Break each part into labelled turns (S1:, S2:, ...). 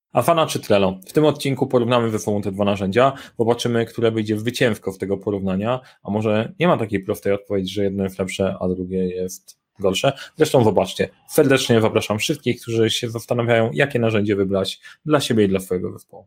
S1: Asana czy Trello? W tym odcinku porównamy ze sobą te dwa narzędzia, zobaczymy, które wyjdzie zwycięsko z tego porównania, a może nie ma takiej prostej odpowiedzi, że jedno jest lepsze, a drugie jest gorsze. Zresztą zobaczcie, serdecznie zapraszam wszystkich, którzy się zastanawiają, jakie narzędzie wybrać dla siebie i dla swojego zespołu.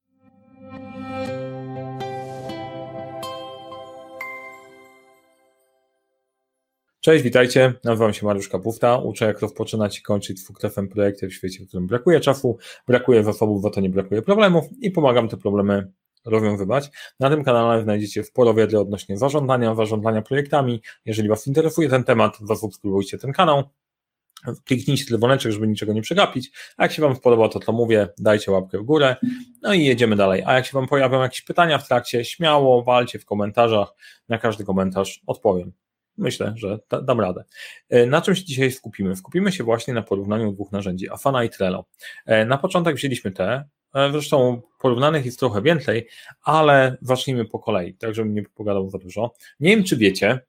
S1: Cześć, witajcie, nazywam się Mariusz Kapufta, uczę jak rozpoczynać i kończyć z sukcesem projekty w świecie, w którym brakuje czasu, brakuje zasobów, za to nie brakuje problemów i pomagam te problemy rozwiązywać. Na tym kanale znajdziecie sporo wiedzy odnośnie zarządzania projektami. Jeżeli Was interesuje ten temat, zasubskrybujcie ten kanał, kliknijcie dzwoneczek, żeby niczego nie przegapić, a jak się Wam spodoba to, co mówię, dajcie łapkę w górę, no i jedziemy dalej. A jak się Wam pojawią jakieś pytania w trakcie, śmiało walcie w komentarzach, na każdy komentarz odpowiem. Myślę, że dam radę. Na czym się dzisiaj skupimy? Skupimy się właśnie na porównaniu dwóch narzędzi, Asana i Trello. Na początek wzięliśmy te, zresztą porównanych jest trochę więcej, ale zacznijmy po kolei, tak żebym nie pogadał za dużo. Nie wiem, czy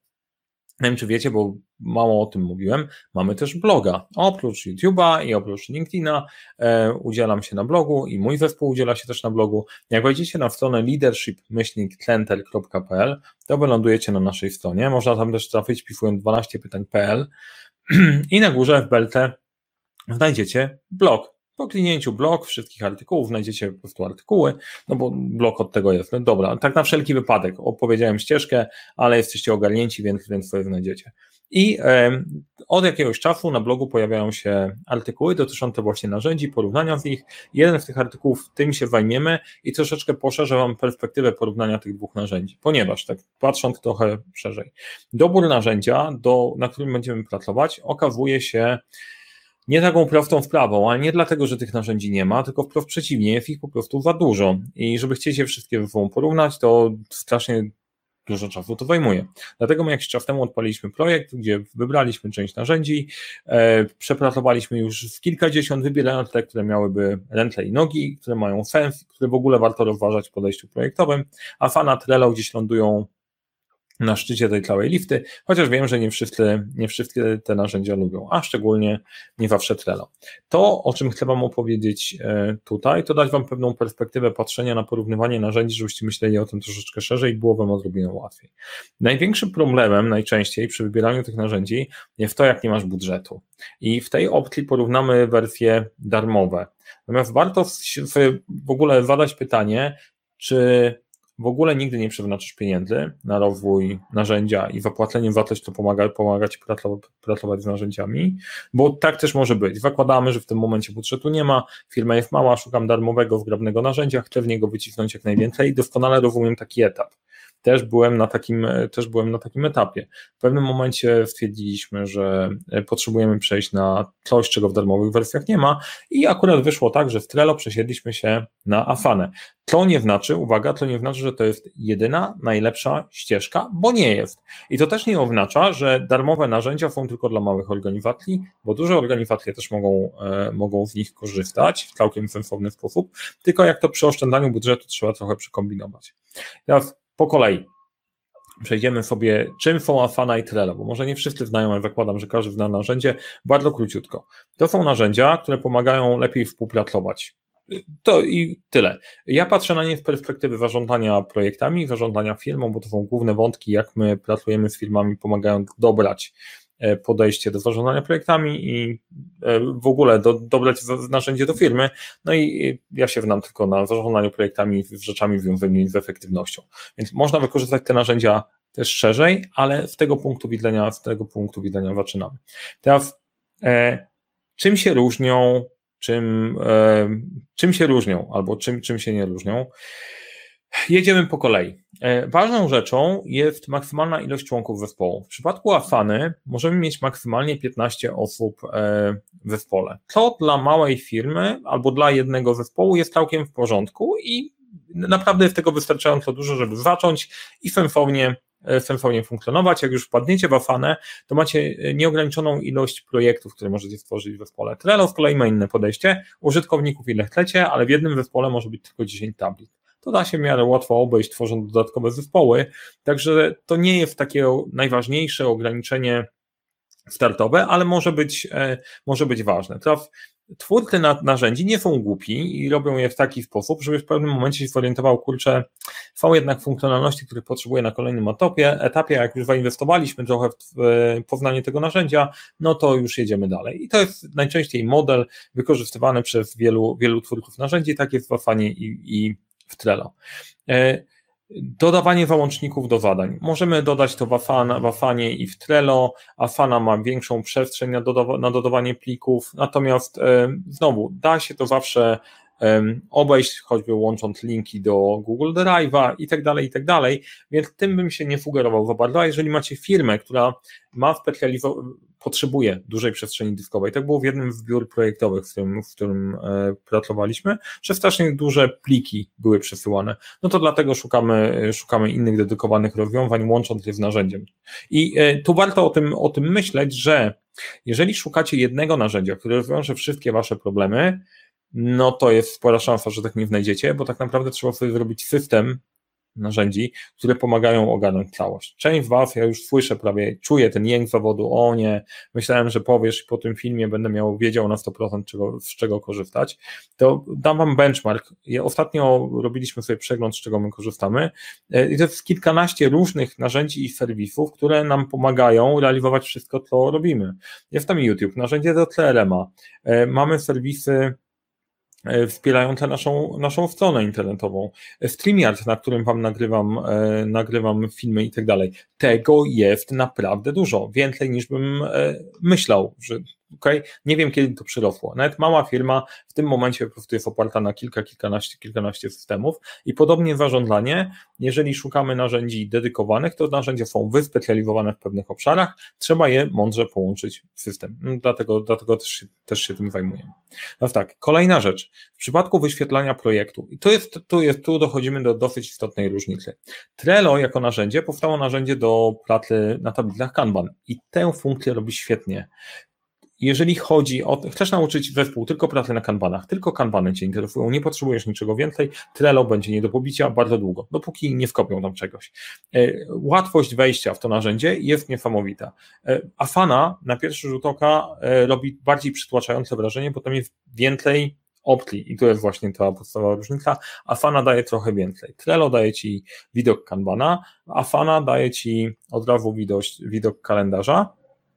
S1: wiecie, bo mało o tym mówiłem, mamy też bloga. Oprócz YouTube'a i oprócz LinkedIna udzielam się na blogu i mój zespół udziela się też na blogu. Jak wejdziecie na stronę leadership-center.pl, to wylądujecie na naszej stronie. Można tam też trafić wpisując 12pytań.pl i na górze w belce znajdziecie blog. Po kliknięciu blog wszystkich artykułów znajdziecie po prostu artykuły, no bo blog od tego jest. No dobra, tak na wszelki wypadek, opowiedziałem ścieżkę, ale jesteście ogarnięci, więc sobie znajdziecie. I od jakiegoś czasu na blogu pojawiają się artykuły dotyczące właśnie narzędzi, porównania z nich. Jeden z tych artykułów, tym się zajmiemy i troszeczkę poszerzę Wam perspektywę porównania tych dwóch narzędzi, ponieważ tak patrząc trochę szerzej, dobór narzędzia, na którym będziemy pracować, okazuje się nie taką prostą sprawą, ale nie dlatego, że tych narzędzi nie ma, tylko wprost przeciwnie, jest ich po prostu za dużo i żeby chcieć je wszystkie ze sobą porównać, to strasznie dużo czasu to zajmuje. Dlatego my jakiś czas temu odpaliliśmy projekt, gdzie wybraliśmy część narzędzi, przepracowaliśmy już w kilkadziesiąt, wybierając te, które miałyby ręce i nogi, które mają sens, które w ogóle warto rozważać w podejściu projektowym, a Asana, Trello gdzieś lądują na szczycie tej całej listy, chociaż wiem, że nie wszyscy te narzędzia lubią, a szczególnie nie zawsze Trello. To, o czym chcę Wam opowiedzieć tutaj, to dać Wam pewną perspektywę patrzenia na porównywanie narzędzi, żebyście myśleli o tym troszeczkę szerzej i było Wam odrobinę łatwiej. Największym problemem najczęściej przy wybieraniu tych narzędzi jest to, jak nie masz budżetu. I w tej opcji porównamy wersje darmowe. Natomiast warto w ogóle zadać pytanie, czy w ogóle nigdy nie przeznaczasz pieniędzy na rozwój narzędzia i zapłacenie za coś, co pomaga Ci pracować z narzędziami, bo tak też może być. Zakładamy, że w tym momencie budżetu nie ma, firma jest mała, szukam darmowego, zgrabnego narzędzia, chcę w niego wycisnąć jak najwięcej i doskonale rozumiem taki etap. Też byłem na takim etapie. W pewnym momencie stwierdziliśmy, że potrzebujemy przejść na coś, czego w darmowych wersjach nie ma i akurat wyszło tak, że w Trello przesiedliśmy się na Asanę. To nie znaczy, że to jest jedyna, najlepsza ścieżka, bo nie jest. I to też nie oznacza, że darmowe narzędzia są tylko dla małych organizacji, bo duże organizacje też mogą z nich korzystać w całkiem sensowny sposób, tylko jak to przy oszczędzaniu budżetu trzeba trochę przekombinować. Teraz po kolei przejdziemy sobie, czym są Asana i Trello, bo może nie wszyscy znają, ale zakładam, że każdy zna narzędzie, bardzo króciutko. To są narzędzia, które pomagają lepiej współpracować. To i tyle. Ja patrzę na nie z perspektywy zarządzania projektami, zarządzania firmą, bo to są główne wątki, jak my pracujemy z firmami, pomagając dobrać podejście do zarządzania projektami i w ogóle dobrać narzędzie do firmy. No i ja się znam tylko na zarządzaniu projektami, rzeczami związanymi z efektywnością. Więc można wykorzystać te narzędzia też szerzej, ale z tego punktu widzenia zaczynamy. Teraz czym się różnią, albo czym się nie różnią? Jedziemy po kolei. Ważną rzeczą jest maksymalna ilość członków zespołu. W przypadku Asany możemy mieć maksymalnie 15 osób w zespole. To dla małej firmy albo dla jednego zespołu jest całkiem w porządku i naprawdę jest tego wystarczająco dużo, żeby zacząć i sensownie funkcjonować. Jak już wpadniecie w Asanę, to macie nieograniczoną ilość projektów, które możecie stworzyć w zespole. Trello z kolei ma inne podejście, użytkowników ile chcecie, ale w jednym zespole może być tylko 10 tablet. To da się w miarę łatwo obejść, tworząc dodatkowe zespoły, także to nie jest takie najważniejsze ograniczenie startowe, ale może być ważne. Teraz twórcy narzędzi nie są głupi i robią je w taki sposób, żeby w pewnym momencie się zorientował, kurczę, są jednak funkcjonalności, które potrzebuję na kolejnym etapie, jak już zainwestowaliśmy trochę w poznanie tego narzędzia, no to już jedziemy dalej. I to jest najczęściej model wykorzystywany przez wielu twórców narzędzi, tak jest w Asanie i w Trello. Dodawanie załączników do zadań. Możemy dodać to w Asanie i w Trello. Asana ma większą przestrzeń na dodawanie plików, natomiast znowu da się to zawsze obejść, choćby łącząc linki do Google Drive'a i tak dalej, więc tym bym się nie sugerował za bardzo, a jeżeli macie firmę, która ma potrzebuje dużej przestrzeni dyskowej, tak było w jednym z biur projektowych, w którym pracowaliśmy, że strasznie duże pliki były przesyłane, no to dlatego szukamy innych dedykowanych rozwiązań, łącząc je z narzędziem. I tu warto o tym myśleć, że jeżeli szukacie jednego narzędzia, które rozwiąże wszystkie wasze problemy, no to jest spora szansa, że tak nie znajdziecie, bo tak naprawdę trzeba sobie zrobić system narzędzi, które pomagają ogarnąć całość. Część z was, ja już słyszę prawie, czuję ten jęk zawodu, o nie, myślałem, że powiesz po tym filmie będę wiedział na 100% z czego korzystać, to dam wam benchmark. Ostatnio robiliśmy sobie przegląd, z czego my korzystamy i to jest kilkanaście różnych narzędzi i serwisów, które nam pomagają realizować wszystko, co robimy. Jest tam YouTube, narzędzie do CRM-a, mamy serwisy wspierające naszą stronę internetową, StreamYard, na którym wam nagrywam filmy i tak dalej. Tego jest naprawdę dużo, więcej niż bym myślał, że nie wiem, kiedy to przyrosło. Nawet mała firma w tym momencie po prostu jest oparta na kilkanaście systemów i podobnie zarządzanie, jeżeli szukamy narzędzi dedykowanych, to narzędzia są wyspecjalizowane w pewnych obszarach, trzeba je mądrze połączyć w system. Dlatego też się tym zajmujemy. No tak, kolejna rzecz. W przypadku wyświetlania projektu, i tu dochodzimy do dosyć istotnej różnicy. Trello jako narzędzie powstało narzędzie do pracy na tablicach Kanban i tę funkcję robi świetnie. Jeżeli chodzi o, chcesz nauczyć zespół tylko pracy na kanbanach, tylko kanbany cię interesują, nie potrzebujesz niczego więcej, Trello będzie nie do pobicia bardzo długo, dopóki nie wkopią tam czegoś. Łatwość wejścia w to narzędzie jest niesamowita. Asana na pierwszy rzut oka robi bardziej przytłaczające wrażenie, bo tam jest więcej opcji i to jest właśnie ta podstawowa różnica. Asana daje trochę więcej. Trello daje ci widok kanbana, Asana daje ci od razu widok kalendarza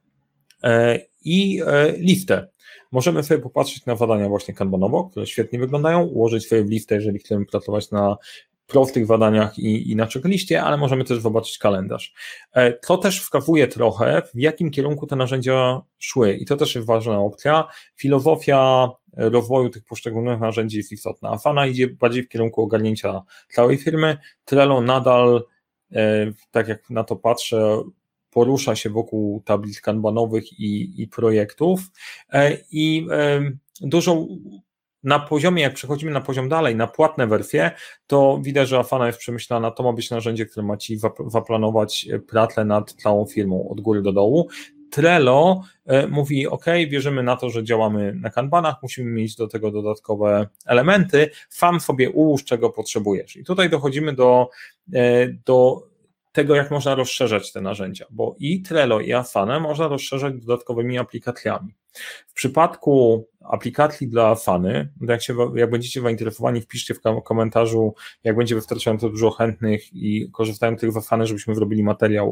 S1: i listę. Możemy sobie popatrzeć na zadania właśnie kanbanowo, które świetnie wyglądają, ułożyć sobie w listę, jeżeli chcemy pracować na prostych zadaniach i na checkliście, ale możemy też zobaczyć kalendarz. To też wskazuje trochę, w jakim kierunku te narzędzia szły i to też jest ważna opcja. Filozofia rozwoju tych poszczególnych narzędzi jest istotna. Asana idzie bardziej w kierunku ogarnięcia całej firmy, Trello nadal, tak jak na to patrzę, porusza się wokół tablic kanbanowych i projektów i dużo na poziomie, jak przechodzimy na poziom dalej, na płatne wersje, to widać, że Asana jest przemyślana, to ma być narzędzie, które ma ci zaplanować pracę nad całą firmą od góry do dołu. Trello mówi, ok, wierzymy na to, że działamy na kanbanach, musimy mieć do tego dodatkowe elementy, sam sobie ułóż, czego potrzebujesz. I tutaj dochodzimy do tego, jak można rozszerzać te narzędzia, bo i Trello, i Asana można rozszerzać dodatkowymi aplikacjami. W przypadku aplikacji dla Asany, jak będziecie zainteresowani, wpiszcie w komentarzu, jak będzie wystarczająco dużo chętnych i korzystających z Asany, żebyśmy zrobili materiał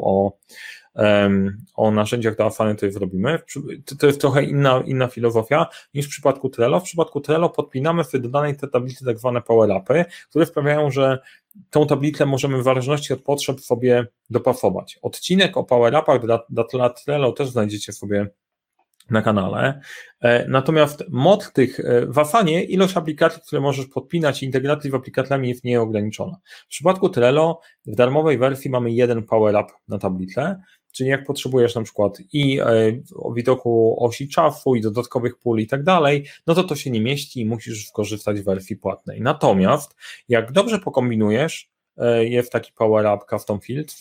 S1: o narzędziach do Asany, to je zrobimy. To jest trochę inna filozofia niż w przypadku Trello. W przypadku Trello podpinamy w danej tablicy tak zwane power-upy, które sprawiają, że tą tablicę możemy w zależności od potrzeb sobie dopasować. Odcinek o power-upach dla Trello też znajdziecie sobie na kanale. Natomiast moc tych w Asanie, ilość aplikacji, które możesz podpinać i integracji z aplikacjami jest nieograniczona. W przypadku Trello w darmowej wersji mamy jeden power-up na tablicę, czyli jak potrzebujesz na przykład i o widoku osi czasu i dodatkowych pól i tak dalej, no to się nie mieści i musisz skorzystać z wersji płatnej. Natomiast jak dobrze pokombinujesz, jest taki power-up custom fields,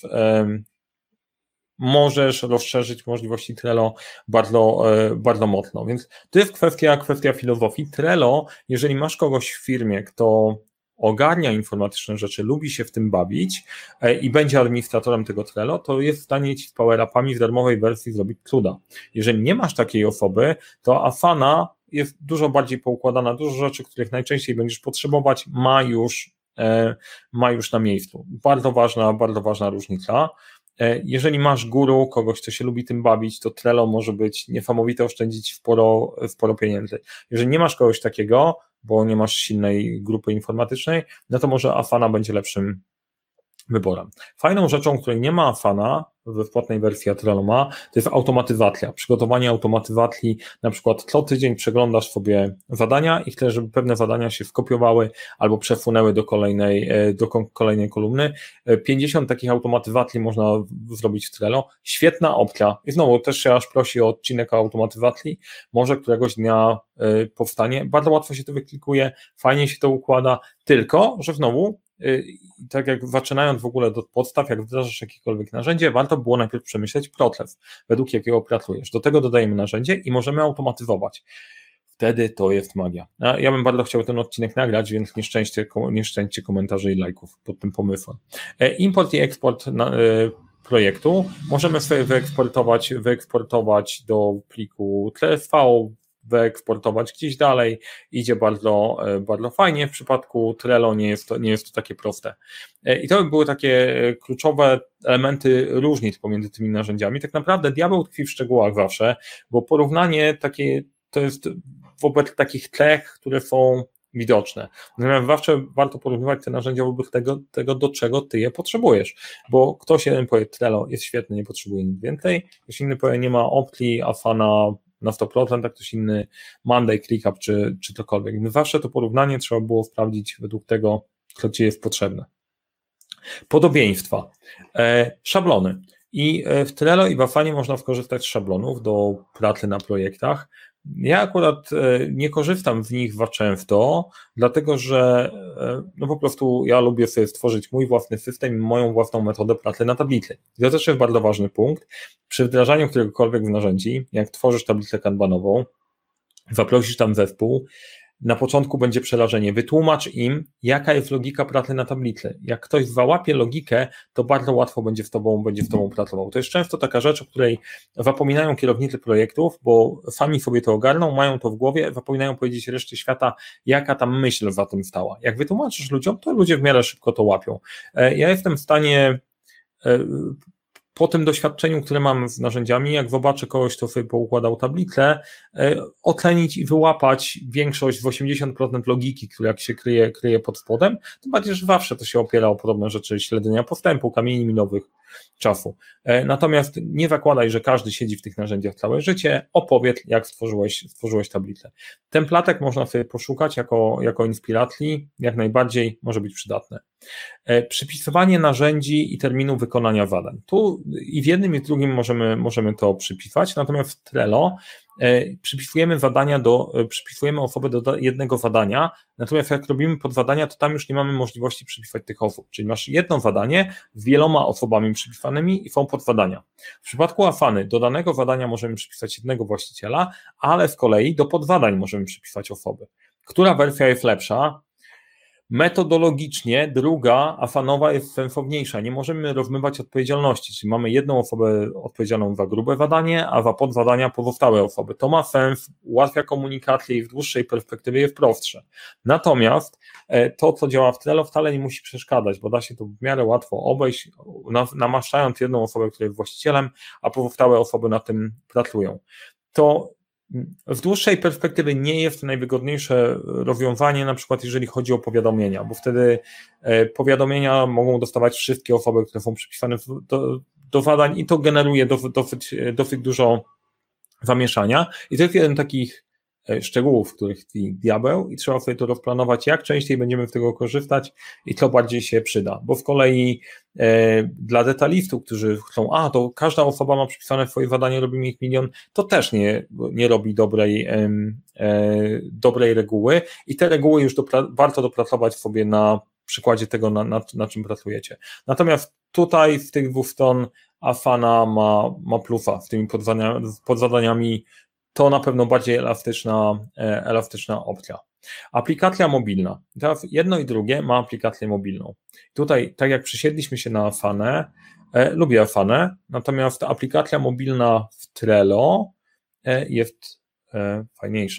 S1: możesz rozszerzyć możliwości Trello bardzo mocno, więc to jest kwestia filozofii. Trello, jeżeli masz kogoś w firmie, kto ogarnia informatyczne rzeczy, lubi się w tym bawić i będzie administratorem tego Trello, to jest w stanie ci z power-upami w darmowej wersji zrobić cuda. Jeżeli nie masz takiej osoby, to Asana jest dużo bardziej poukładana, dużo rzeczy, których najczęściej będziesz potrzebować, ma już na miejscu. Bardzo ważna różnica. Jeżeli masz guru, kogoś, kto się lubi tym bawić, to Trello może być niesamowite, oszczędzić sporo pieniędzy. Jeżeli nie masz kogoś takiego, bo nie masz silnej grupy informatycznej, no to może Asana będzie lepszym wyborem. Fajną rzeczą, której nie ma Asana we płatnej wersji, a Trello ma, to jest automatyzacja. Przygotowanie automatyzacji, na przykład co tydzień przeglądasz sobie zadania i chcesz, żeby pewne zadania się skopiowały albo przesunęły do kolejnej kolumny. 50 takich automatyzacji można zrobić w Trello. Świetna opcja. I znowu też się aż prosi o odcinek o automatyzacji. Może któregoś dnia powstanie. Bardzo łatwo się to wyklikuje, fajnie się to układa, tylko, że znowu tak jak zaczynając w ogóle do podstaw, jak wdrażasz jakiekolwiek narzędzie, warto było najpierw przemyśleć proces, według jakiego pracujesz. Do tego dodajemy narzędzie i możemy automatyzować. Wtedy to jest magia. Ja bym bardzo chciał ten odcinek nagrać, więc nie szczęście komentarzy i lajków pod tym pomysłem. Import i eksport projektu możemy sobie wyeksportować do pliku CSV, wyeksportować gdzieś dalej, idzie bardzo fajnie. W przypadku Trello nie jest to takie proste. I to by były takie kluczowe elementy różnic pomiędzy tymi narzędziami. Tak naprawdę diabeł tkwi w szczegółach zawsze, bo porównanie takie to jest wobec takich cech, które są widoczne. Natomiast zawsze warto porównywać te narzędzia wobec tego, do czego ty je potrzebujesz, bo ktoś jeden powie Trello jest świetny, nie potrzebuje nic więcej, ktoś inny powie nie ma opcji, Asana na 100%, a ktoś inny Monday, ClickUp czy cokolwiek. Więc zawsze to porównanie trzeba było sprawdzić według tego, co ci jest potrzebne. Podobieństwa. Szablony. I w Trello i w Asanie można skorzystać z szablonów do pracy na projektach. Ja akurat nie korzystam z nich za często, dlatego że no po prostu ja lubię sobie stworzyć mój własny system i moją własną metodę pracy na tablicy. I to też jest bardzo ważny punkt. Przy wdrażaniu któregokolwiek z narzędzi, jak tworzysz tablicę kanbanową, zaprosisz tam zespół, na początku będzie przerażenie. Wytłumacz im, jaka jest logika pracy na tablicy. Jak ktoś załapie logikę, to bardzo łatwo będzie z tobą pracował. To jest często taka rzecz, o której zapominają kierownicy projektów, bo sami sobie to ogarną, mają to w głowie, zapominają powiedzieć reszcie świata, jaka tam myśl za tym stała. Jak wytłumaczysz ludziom, to ludzie w miarę szybko to łapią. Ja jestem w stanie po tym doświadczeniu, które mam z narzędziami, jak zobaczę kogoś, kto sobie poukładał tablicę, ocenić i wyłapać większość, w 80% logiki, która jak się kryje pod spodem, tym bardziej, że zawsze to się opiera o podobne rzeczy, śledzenia postępu, kamieni minowych, czasu. Natomiast nie zakładaj, że każdy siedzi w tych narzędziach całe życie, opowiedz, jak stworzyłeś tablicę. Templatek można sobie poszukać jako inspiracji, jak najbardziej może być przydatne. Przypisywanie narzędzi i terminu wykonania zadań. Tu i w jednym i w drugim możemy to przypisać, natomiast w Trello przypisujemy osobę do jednego zadania, natomiast jak robimy podzadania, to tam już nie mamy możliwości przypisać tych osób, czyli masz jedno zadanie z wieloma osobami przypisanymi i są podzadania. W przypadku Asany do danego zadania możemy przypisać jednego właściciela, ale z kolei do podzadań możemy przypisać osoby. Która wersja jest lepsza? Metodologicznie druga, Asanowa, jest sensowniejsza. Nie możemy rozmywać odpowiedzialności, czyli mamy jedną osobę odpowiedzialną za grube zadanie, a za podzadania pozostałe osoby. To ma sens, ułatwia komunikację i w dłuższej perspektywie jest prostsze. Natomiast to, co działa w Trello, wcale nie musi przeszkadzać, bo da się to w miarę łatwo obejść, namaszczając jedną osobę, która jest właścicielem, a pozostałe osoby na tym pracują. To w dłuższej perspektywie nie jest najwygodniejsze rozwiązanie, na przykład jeżeli chodzi o powiadomienia, bo wtedy powiadomienia mogą dostawać wszystkie osoby, które są przypisane do zadań i to generuje dosyć dużo zamieszania i to jest jeden takich szczegółów, w których tkwi diabeł i trzeba sobie to rozplanować, jak częściej będziemy z tego korzystać i co bardziej się przyda, bo z kolei dla detalistów, którzy chcą, to każda osoba ma przypisane swoje zadanie, robimy ich milion, to też nie robi dobrej reguły i te reguły już warto dopracować sobie na przykładzie tego, na czym pracujecie. Natomiast tutaj z tych dwóch stron Asana ma plusa z tymi podzadaniami, to na pewno bardziej elastyczna opcja. Aplikacja mobilna. Teraz jedno i drugie ma aplikację mobilną. Tutaj, tak jak przesiedliśmy się na Asanę, lubię Asanę, natomiast aplikacja mobilna w Trello jest fajniejsza.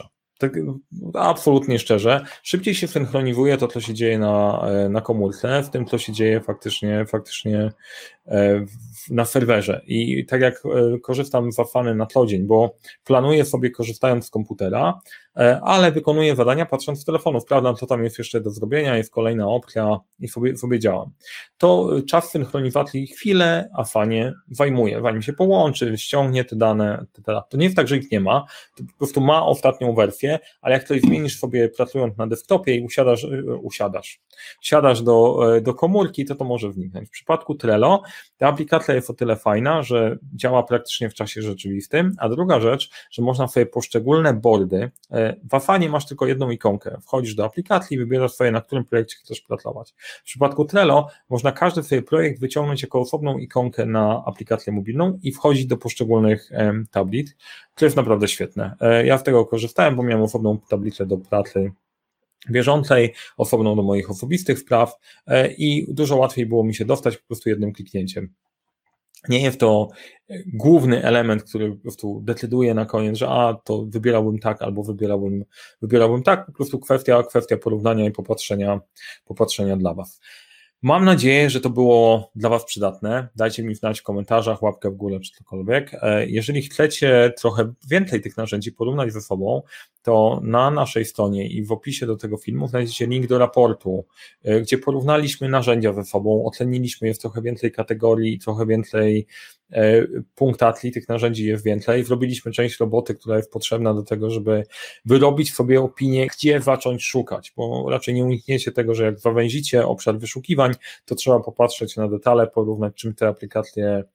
S1: tak absolutnie szczerze, szybciej się synchronizuje to, co się dzieje na komórce, w tym, co się dzieje faktycznie na serwerze. I tak jak korzystam z Asany na co dzień, bo planuję sobie korzystając z komputera, ale wykonuję zadania patrząc z telefonu, sprawdzam, co tam jest jeszcze do zrobienia, jest kolejna opcja i sobie działam. To czas synchronizacji chwilę Asanie zajmuje, zanim się połączy, ściągnie te dane, etc. To nie jest tak, że ich nie ma, to po prostu ma ostatnią wersję, ale jak coś zmienisz sobie pracując na desktopie i siadasz do komórki, to może zniknąć. W przypadku Trello ta aplikacja jest o tyle fajna, że działa praktycznie w czasie rzeczywistym, a druga rzecz, że można sobie poszczególne boardy, w Asanie masz tylko jedną ikonkę, wchodzisz do aplikacji, wybierasz sobie, na którym projekcie chcesz pracować. W przypadku Trello można każdy sobie projekt wyciągnąć jako osobną ikonkę na aplikację mobilną i wchodzić do poszczególnych tablit, to jest naprawdę świetne. Ja z tego korzystałem, bo miałem osobną tablicę do pracy bieżącej, osobną do moich osobistych spraw i dużo łatwiej było mi się dostać po prostu jednym kliknięciem. Nie jest to główny element, który po prostu decyduje na koniec, że to wybierałbym tak albo wybierałbym tak, po prostu kwestia porównania i popatrzenia dla Was. Mam nadzieję, że to było dla Was przydatne. Dajcie mi znać w komentarzach, łapkę w górę czy cokolwiek. Jeżeli chcecie trochę więcej tych narzędzi porównać ze sobą, to na naszej stronie i w opisie do tego filmu znajdziecie link do raportu, gdzie porównaliśmy narzędzia ze sobą, oceniliśmy je w trochę więcej kategorii, trochę więcej punktacji, tych narzędzi jest więcej. Zrobiliśmy część roboty, która jest potrzebna do tego, żeby wyrobić sobie opinię, gdzie zacząć szukać, bo raczej nie unikniecie tego, że jak zawęzicie obszar wyszukiwań, to trzeba popatrzeć na detale, porównać, czym te aplikacje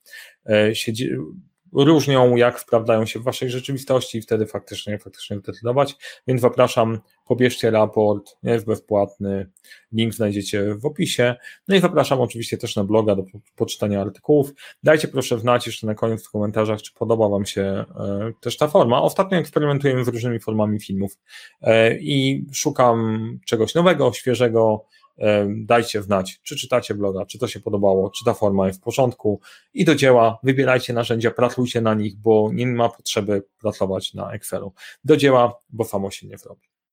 S1: różnią, jak sprawdzają się w Waszej rzeczywistości i wtedy faktycznie zdecydować, więc zapraszam, pobierzcie raport, jest bezpłatny, link znajdziecie w opisie, no i zapraszam oczywiście też na bloga do poczytania artykułów. Dajcie proszę znać jeszcze na koniec w komentarzach, czy podoba Wam się też ta forma. Ostatnio eksperymentujemy z różnymi formami filmów i szukam czegoś nowego, świeżego. Dajcie znać, czy czytacie bloga, czy to się podobało, czy ta forma jest w porządku i do dzieła, wybierajcie narzędzia, pracujcie na nich, bo nie ma potrzeby pracować na Excelu. Do dzieła, bo samo się nie zrobi.